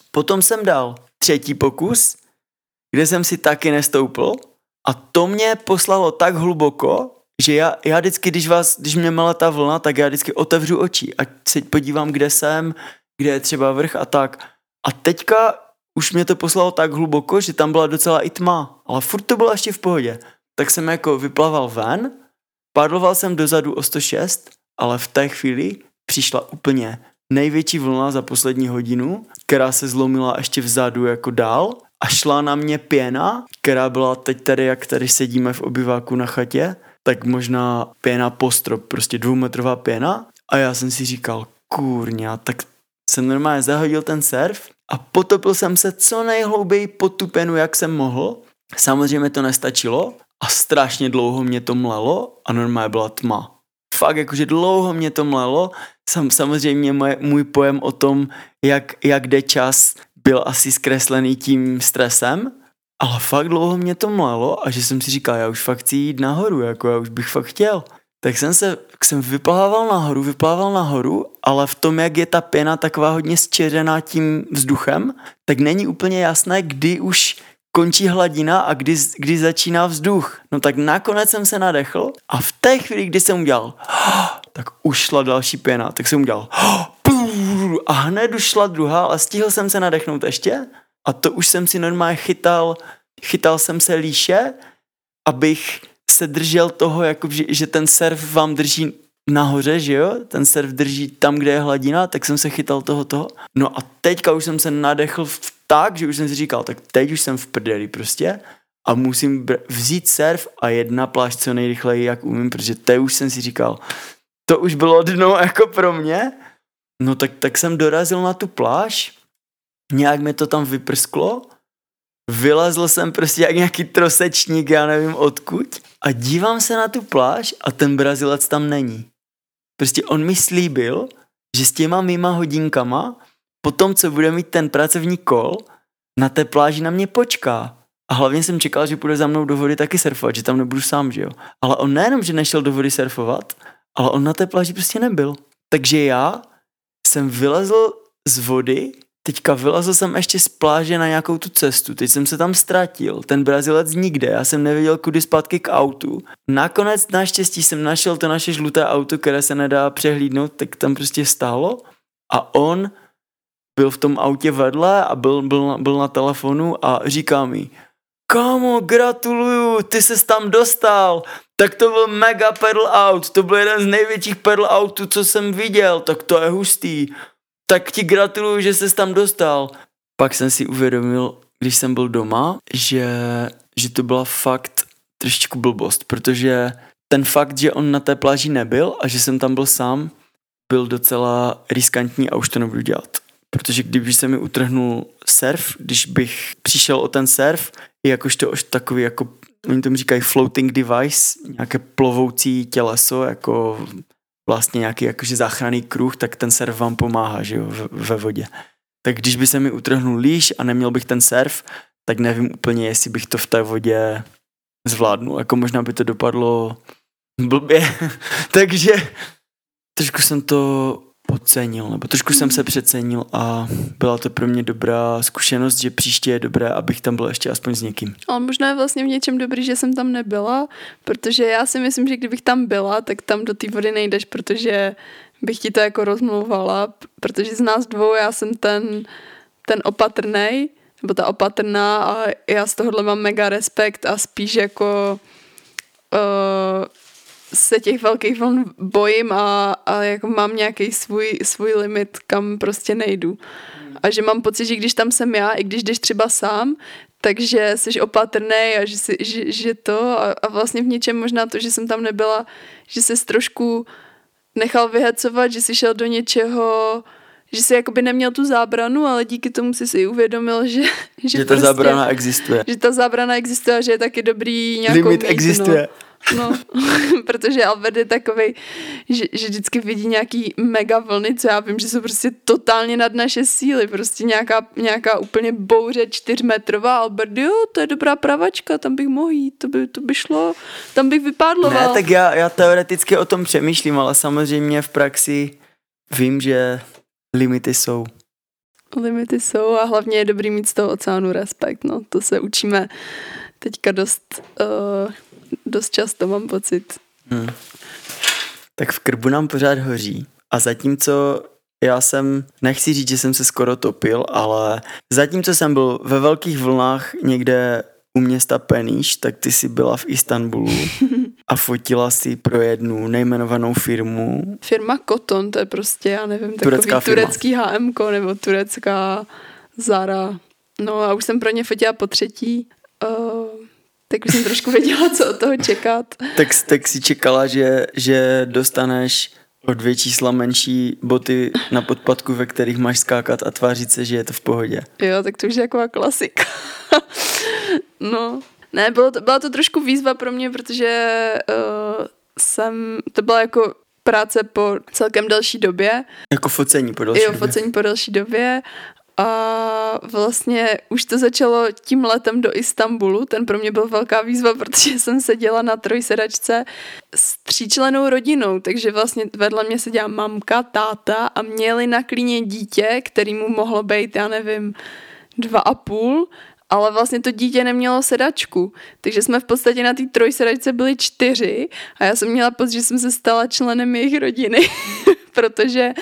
Potom jsem dal třetí pokus, kde jsem si taky nestoupl a to mě poslalo tak hluboko, že já, já vždycky, když, vás, když mě mele ta vlna, tak já vždycky otevřu oči a se podívám, kde jsem, kde je třeba vrch a tak. A teďka už mě to poslalo tak hluboko, že tam byla docela i tma, ale furt to bylo ještě v pohodě. Tak jsem jako vyplaval ven, padloval jsem dozadu o sto šest, ale v té chvíli přišla úplně největší vlna za poslední hodinu, která se zlomila ještě vzadu jako dál a šla na mě pěna, která byla teď tady, jak tady sedíme v obyváku na chatě, tak možná pěna po strop, prostě dvoumetrová pěna a já jsem si říkal, kurňa, tak jsem normálně zahodil ten surf a potopil jsem se co nejhlouběji pod tu pěnu, jak jsem mohl. Samozřejmě to nestačilo a strašně dlouho mě to mlelo a normálně byla tma. Fakt jakože dlouho mě to mlelo. Sam, samozřejmě moje, můj pojem o tom, jak, jak jde čas, byl asi zkreslený tím stresem, ale fakt dlouho mě to mlelo a že jsem si říkal, já už fakt chci jít nahoru, jako já už bych fakt chtěl. Tak jsem se, jsem vyplával nahoru, vyplával nahoru, ale v tom, jak je ta pěna taková hodně zčeřená tím vzduchem, tak není úplně jasné, kdy už končí hladina a kdy, kdy začíná vzduch. No tak nakonec jsem se nadechl a v té chvíli, kdy jsem udělal, tak už šla další pěna, tak jsem udělal a hned už šla druhá, ale stihl jsem se nadechnout ještě a to už jsem si normálně chytal, chytal jsem se líše, abych se držel toho, jako, že, že ten surf vám drží nahoře, že jo? Ten surf drží tam, kde je hladina, tak jsem se chytal toho toho. No a teďka už jsem se nadechl tak, že už jsem si říkal, tak teď už jsem v prdeli prostě a musím br- vzít surf a jet na pláž co nejrychleji, jak umím, protože teď už jsem si říkal, to už bylo dno jako pro mě. No tak, tak jsem dorazil na tu pláž, nějak mi to tam vyprsklo, vylezl jsem prostě jak nějaký trosečník, já nevím odkud a dívám se na tu pláž a ten Brazilec tam není. Prostě on mi slíbil, že s těma mýma hodinkama potom, co bude mít ten pracovní kol, na té pláži na mě počká. A hlavně jsem čekal, že půjde za mnou do vody taky surfovat, že tam nebudu sám, že jo. Ale on nejenom, že nešel do vody surfovat, ale on na té pláži prostě nebyl. Takže já jsem vylezl z vody, teďka vylezl jsem ještě z pláže na nějakou tu cestu, teď jsem se tam ztratil, ten Brazilec nikde, já jsem nevěděl, kudy zpátky k autu. Nakonec naštěstí jsem našel to naše žluté auto, které se nedá přehlídnout, tak tam prostě stálo a on byl v tom autě vedle a byl, byl, byl na telefonu a říká mi, kámo, gratuluju, ty ses tam dostal, tak to byl mega pedal out, to byl jeden z největších pedal outů, co jsem viděl, tak to je hustý, tak ti gratuluju, že ses tam dostal. Pak jsem si uvědomil, když jsem byl doma, že, že to byla fakt trošičku blbost, protože ten fakt, že on na té pláži nebyl a že jsem tam byl sám, byl docela riskantní a už to nebudu dělat. Protože když se mi utrhnul surf, když bych přišel o ten surf, jakožto takový, jako, oni tomu říkají floating device, nějaké plovoucí těleso, jako vlastně nějaký jakože záchranný kruh, tak ten surf vám pomáhá, že jo, ve vodě. Tak když by se mi utrhnul líš a neměl bych ten surf, tak nevím úplně, jestli bych to v té vodě zvládnul. Jako možná by to dopadlo blbě. Takže trošku jsem to podcenil, nebo trošku jsem se přecenil a byla to pro mě dobrá zkušenost, že příště je dobré, abych tam byl ještě aspoň s někým. Ale možná je vlastně v něčem dobrý, že jsem tam nebyla, protože já si myslím, že kdybych tam byla, tak tam do té vody nejdeš, protože bych ti to jako rozmlouvala, protože z nás dvou já jsem ten, ten opatrnej, nebo ta opatrná a já z tohohle mám mega respekt a spíš jako uh, se těch velkých vln bojím a, a jako mám nějaký svůj, svůj limit, kam prostě nejdu. A že mám pocit, že když tam jsem já, i když jdeš třeba sám, takže jsi opatrnej a že, si, že, že to a, a vlastně v něčem možná to, že jsem tam nebyla, že jsi trošku nechal vyhecovat, že jsi šel do něčeho, že jsi jakoby neměl tu zábranu, ale díky tomu jsi si uvědomil, že... Že, že ta prostě, zábrana existuje. Že ta zábrana existuje a že je taky dobrý nějakou limit mít, existuje. No. No, protože Albert je takovej, že, že vždycky vidí nějaký mega vlny, co já vím, že jsou prostě totálně nad naše síly, prostě nějaká, nějaká úplně bouře čtyřmetrová, Albert, jo, to je dobrá pravačka, tam bych mohl jít, to by, to by šlo, tam bych vypádloval. Ne, tak já, já teoreticky o tom přemýšlím, ale samozřejmě v praxi vím, že limity jsou. Limity jsou a hlavně je dobrý mít z toho oceánu respekt, no. To se učíme teďka dost, uh, dost často, mám pocit. Hmm. Tak v krbu nám pořád hoří a zatímco já jsem, nechci říct, že jsem se skoro topil, ale zatímco jsem byl ve velkých vlnách někde u města Peníš, tak ty jsi byla v Istanbulu a fotila si pro jednu nejmenovanou firmu. Firma Koton, to je prostě, já nevím, takový turecký H M ko nebo turecká Zara. No a už jsem pro ně fotila po třetí, uh, tak už jsem trošku věděla, co od toho čekat. tak, tak si čekala, že, že dostaneš o dvě čísla menší boty na podpadku, ve kterých máš skákat a tvářit se, že je to v pohodě. Jo, tak to už je taková klasika. No, ne, bylo to, byla to trošku výzva pro mě, protože uh, jsem, to byla jako práce po celkem delší době. Jako focení po delší jo, době. Jo, focení po delší době. A vlastně už to začalo tím letem do Istanbulu. Ten pro mě byl velká výzva, protože jsem seděla na trojsedačce s tříčlennou rodinou, takže vlastně vedle mě seděla mamka, táta a měli na klíně dítě, kterému mohlo být, já nevím, dva a půl, ale vlastně to dítě nemělo sedačku, takže jsme v podstatě na té trojsedačce byli čtyři a já jsem měla pocit, že jsem se stala členem jejich rodiny, protože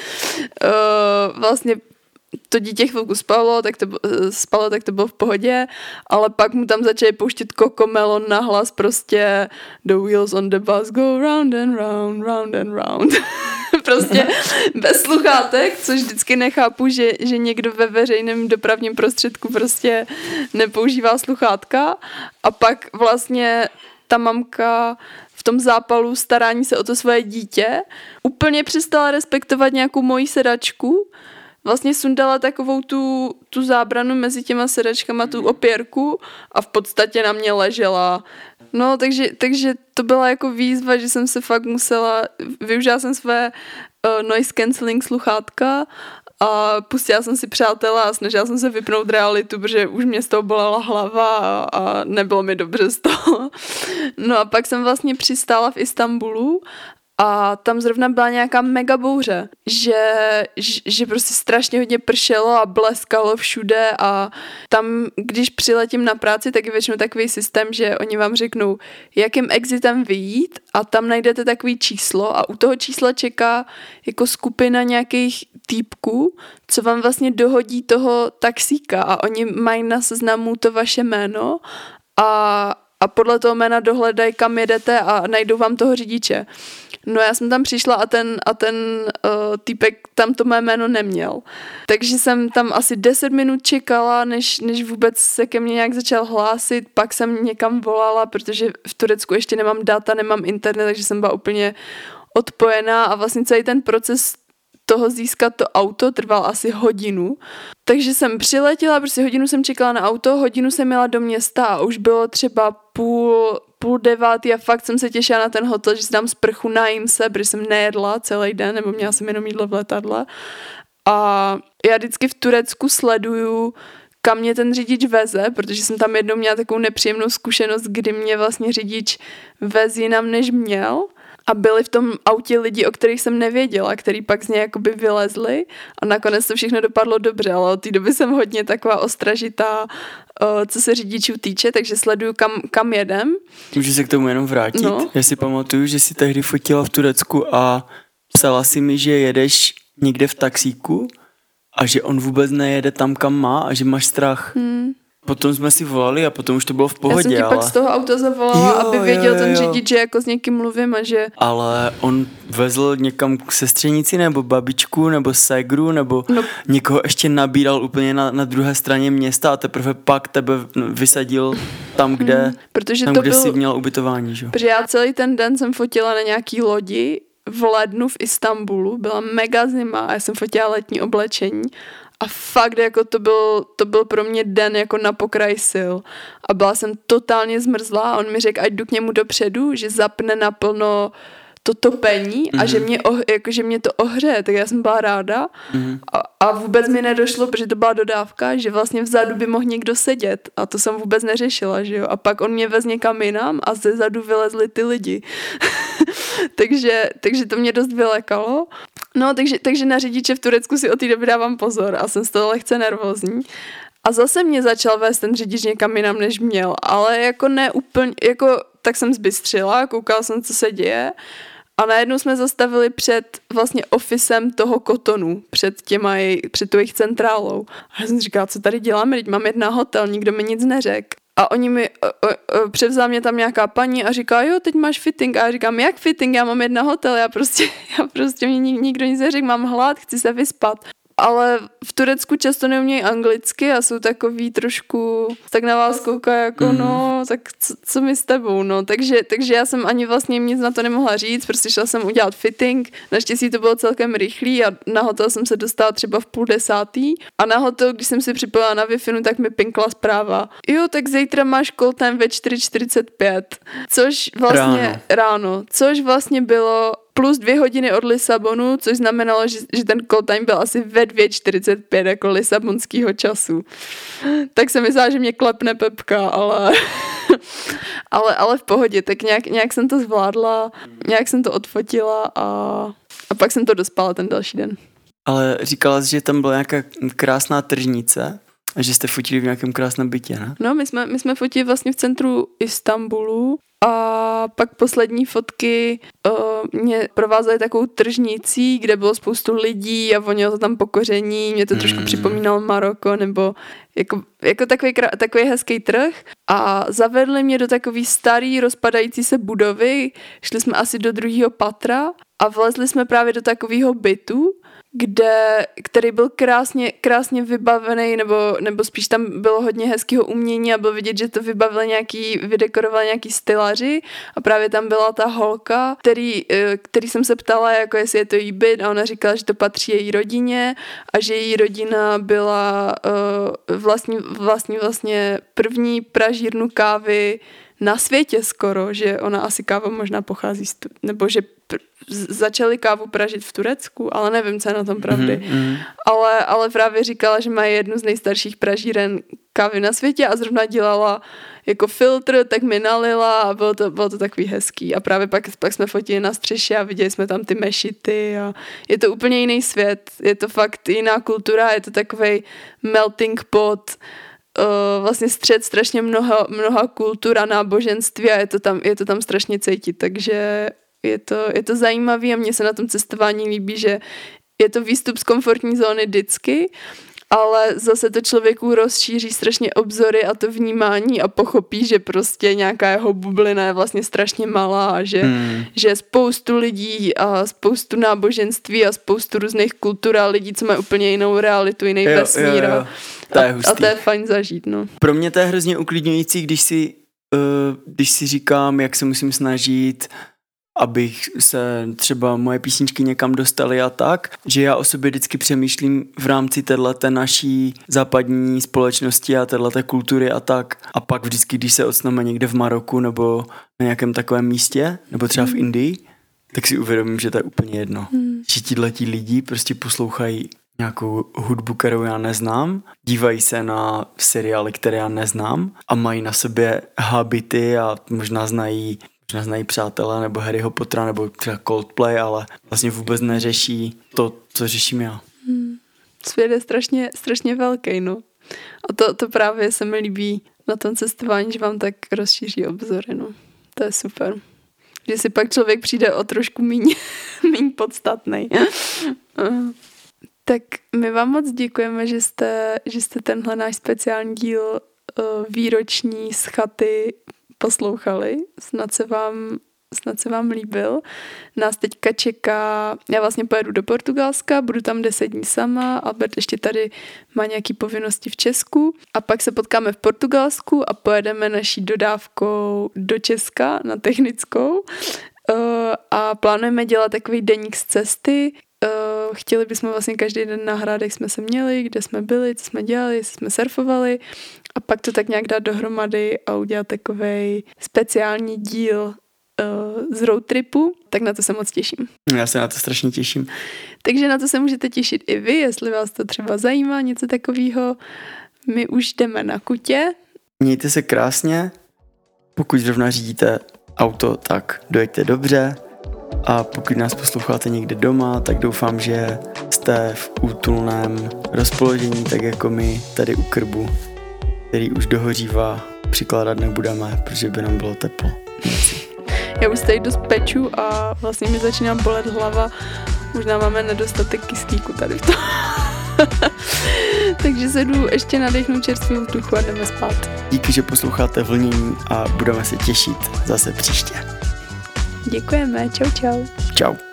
uh, vlastně to dítě chvilku spalo, tak to, spalo, tak to bylo v pohodě, ale pak mu tam začali pouštět Cocomelon na hlas, prostě the wheels on the bus go round and round, round and round. Prostě bez sluchátek, což vždycky nechápu, že, že někdo ve veřejném dopravním prostředku prostě nepoužívá sluchátka a pak vlastně ta mamka v tom zápalu starání se o to svoje dítě úplně přestala respektovat nějakou moji sedačku, vlastně sundala takovou tu, tu zábranu mezi těma sedačkama, tu opěrku a v podstatě na mě ležela. No, takže, takže to byla jako výzva, že jsem se fakt musela, využila jsem své uh, noise cancelling sluchátka a pustila jsem si přátela a snažila jsem se vypnout realitu, protože už mě z toho bolela hlava a, a nebylo mi dobře z toho. No a pak jsem vlastně přistála v Istanbulu a tam zrovna byla nějaká mega bouře, že, že prostě strašně hodně pršelo a bleskalo všude a tam, když přiletím na práci, tak je většinou takový systém, že oni vám řeknou, jakým exitem vyjít a tam najdete takový číslo a u toho čísla čeká jako skupina nějakých týpků, co vám vlastně dohodí toho taxíka a oni mají na seznamu to vaše jméno a a podle toho jména dohledají, kam jedete a najdou vám toho řidiče. No já jsem tam přišla a ten, a ten uh, týpek tam to mé jméno neměl. Takže jsem tam asi deset minut čekala, než, než vůbec se ke mně nějak začal hlásit, pak jsem někam volala, protože v Turecku ještě nemám data, nemám internet, takže jsem byla úplně odpojená a vlastně celý ten proces toho získat to auto trval asi hodinu. Takže jsem přiletěla, prostě hodinu jsem čekala na auto, hodinu jsem jela do města a už bylo třeba půl, půl devátý a fakt jsem se těšila na ten hotel, že si dám sprchu, najím se, protože jsem nejedla celý den, nebo měla jsem jenom jídlo v letadle. A já vždycky v Turecku sleduju, kam mě ten řidič veze, protože jsem tam jednou měla takovou nepříjemnou zkušenost, kdy mě vlastně řidič vez jinam, než měl. A byli v tom autě lidi, o kterých jsem nevěděla, který pak z něj jakoby vylezli a nakonec to všechno dopadlo dobře, ale od té doby jsem hodně taková ostražitá, co se řidičů týče, takže sleduju, kam, kam jedem. Můžu se k tomu jenom vrátit? No. Já si pamatuju, že jsi tehdy fotila v Turecku a psala si mi, že jedeš někde v taxíku a že on vůbec nejede tam, kam má a že máš strach. Hmm. Potom jsme si volali a potom už to bylo v pohodě, ale... Já jsem ti ale... pak z toho auta zavolala, jo, aby věděl jo, jo, ten řidič, že jako s někým mluvím a že... Ale on vezl někam k sestřenici nebo babičku nebo ségru nebo no. Někoho ještě nabíral úplně na, na druhé straně města a teprve pak tebe vysadil tam, kde, hmm, protože tam, to kde byl... jsi měl ubytování, že? Protože já celý ten den jsem fotila na nějaký lodi v lednu v Istanbulu, byla mega zima a já jsem fotila letní oblečení. A fakt, jako to byl, to byl pro mě den jako na pokraji sil. A byla jsem totálně zmrzlá a on mi řekl, ať jdu k němu dopředu, že zapne naplno to topení mm-hmm. a že mě, oh, jako, že mě to ohřeje. Tak já jsem byla ráda mm-hmm. a, a vůbec mi nedošlo, protože to byla dodávka, že vlastně vzadu by mohl někdo sedět. A to jsem vůbec neřešila, že jo. A pak on mě vez někam jinam a ze zadu vylezli ty lidi. takže, takže to mě dost vylekalo. No, takže, takže na řidiče v Turecku si od té doby dávám pozor a jsem z toho lehce nervózní. A zase mě začal vést ten řidič někam jinam, než měl, ale jako ne úplně, jako tak jsem zbystřila, koukala jsem, co se děje a najednou jsme zastavili před vlastně ofisem toho Kotonu, před těma jej, před tu jejich centrálou. A já jsem si říkala, co tady děláme, teď mám jet na hotel, nikdo mi nic neřekl. A oni mi, o, o, převzala mě tam nějaká paní a říká, jo, teď máš fitting. A já říkám, jak fitting, já mám jet na hotel, já prostě, já prostě mě nikdo nic neřekl, mám hlad, chci se vyspat. Ale v Turecku často neumějí anglicky a jsou takový trošku, tak na vás koukají jako, mm. no, tak co, co mi s tebou, no. Takže, takže já jsem ani vlastně jim nic na to nemohla říct, prostě šla jsem udělat fitting, naštěstí to bylo celkem rychlý a na hotel jsem se dostala třeba v půl desátý a na hotel, když jsem si připojila na Wi-Fi, tak mi pinkla zpráva. Jo, tak zítra máš call time ve čtyři čtyřicet pět, což vlastně ráno, ráno což vlastně bylo plus dvě hodiny od Lisabonu, což znamenalo, že, že ten call time byl asi ve dvě čtyřicet pět jako lisabonského času. Tak jsem myslela, že mě klepne Pepka, ale, ale, ale v pohodě. Tak nějak, nějak jsem to zvládla, nějak jsem to odfotila a, a pak jsem to dospala ten další den. Ale říkala jsi, že tam byla nějaká krásná tržnice a že jste fotili v nějakém krásném bytě, ne? No, my jsme, my jsme fotili vlastně v centru Istanbulu a pak poslední fotky uh, mě provázely takovou tržnicí, kde bylo spoustu lidí a vonilo to tam po koření, mě to mm. trošku připomínalo Maroko, nebo jako, jako takový, takový hezký trh a zavedli mě do takový starý rozpadající se budovy, šli jsme asi do druhého patra a vlezli jsme právě do takového bytu, kde, který byl krásně, krásně vybavený, nebo, nebo spíš tam bylo hodně hezkého umění a bylo vidět, že to vybavili nějaký, vydekorovali nějaký stylaři a právě tam byla ta holka, který, který jsem se ptala, jako jestli je to jí byt a ona říkala, že to patří její rodině a že její rodina byla uh, vlastní, vlastní vlastně první pražírnu kávy na světě skoro, že ona asi káva možná pochází z tu, nebo že pr- začali kávu pražit v Turecku, ale nevím, co je na tom pravdy. Mm-hmm. Ale, ale právě říkala, že má jednu z nejstarších pražíren kávy na světě a zrovna dělala jako filtr, tak mi nalila a bylo to, bylo to takový hezký. A právě pak, pak jsme fotili na střeše a viděli jsme tam ty mešity a je to úplně jiný svět. Je to fakt jiná kultura, je to takovej melting pot, Uh, vlastně střed strašně mnoha, mnoha kultur a náboženství a je to tam, je to tam strašně cítit, takže je to, je to zajímavé a mně se na tom cestování líbí, že je to výstup z komfortní zóny vždycky, ale zase to člověku rozšíří strašně obzory a to vnímání a pochopí, že prostě nějaká jeho bublina je vlastně strašně malá a že, hmm. že spoustu lidí a spoustu náboženství a spoustu různých kultur a lidí, co mají úplně jinou realitu, jiný jo, vesmír. Jo, jo. To je hustý. A to je fajn zažít, no. Pro mě to je hrozně uklidňující, když si, uh, když si říkám, jak se musím snažit, abych se třeba moje písničky někam dostaly a tak, že já o sobě vždycky přemýšlím v rámci téhleté naší západní společnosti a téhleté kultury a tak. A pak vždycky, když se odstneme někde v Maroku nebo na nějakém takovém místě, nebo třeba v Indii, tak si uvědomím, že to je úplně jedno. Hmm. Že tíhletí lidi prostě poslouchají nějakou hudbu, kterou já neznám, dívají se na seriály, které já neznám a mají na sobě habity a možná znají možná znají přátelé nebo Harryho Pottera nebo třeba Coldplay, ale vlastně vůbec neřeší to, co řeším já. Hmm. Svět je strašně, strašně velký, no. A to, to právě se mi líbí na tom cestování, že vám tak rozšíří obzory, no. To je super. Že si pak člověk přijde o trošku míň, míň podstatnej. Tak my vám moc děkujeme, že jste, že jste tenhle náš speciální díl uh, výroční z chaty poslouchali. Snad se vám, snad se vám líbil. Nás teďka čeká, já vlastně pojedu do Portugalska, budu tam deset dní sama, Albert ještě tady má nějaké povinnosti v Česku a pak se potkáme v Portugalsku a pojedeme naší dodávkou do Česka na technickou uh, a plánujeme dělat takový deník z cesty. Uh, chtěli bychom vlastně každý den nahrát, jak jsme se měli, kde jsme byli, co jsme dělali, jestli jsme surfovali a pak to tak nějak dát dohromady a udělat takovej speciální díl uh, z road tripu, tak na to se moc těším. Já se na to strašně těším. Takže na to se můžete těšit i vy, jestli vás to třeba zajímá, něco takového. My už jdeme na kutě. Mějte se krásně, pokud zrovna řídíte auto, tak dojeďte dobře, A pokud nás posloucháte někde doma, tak doufám, že jste v útulném rozpoložení, tak jako my tady u krbu, který už dohořívá, přikládat nebudeme, protože by nám bylo teplo. Já už tady dost peču a vlastně mi začíná bolet hlava. Možná máme nedostatek kyslíku tady v tom. Takže se jdu ještě nadechnout čerstvým vzduchu a jdeme spát. Díky, že posloucháte Vlnění a budeme se těšit zase příště. Děkujeme, čau čau. Čau.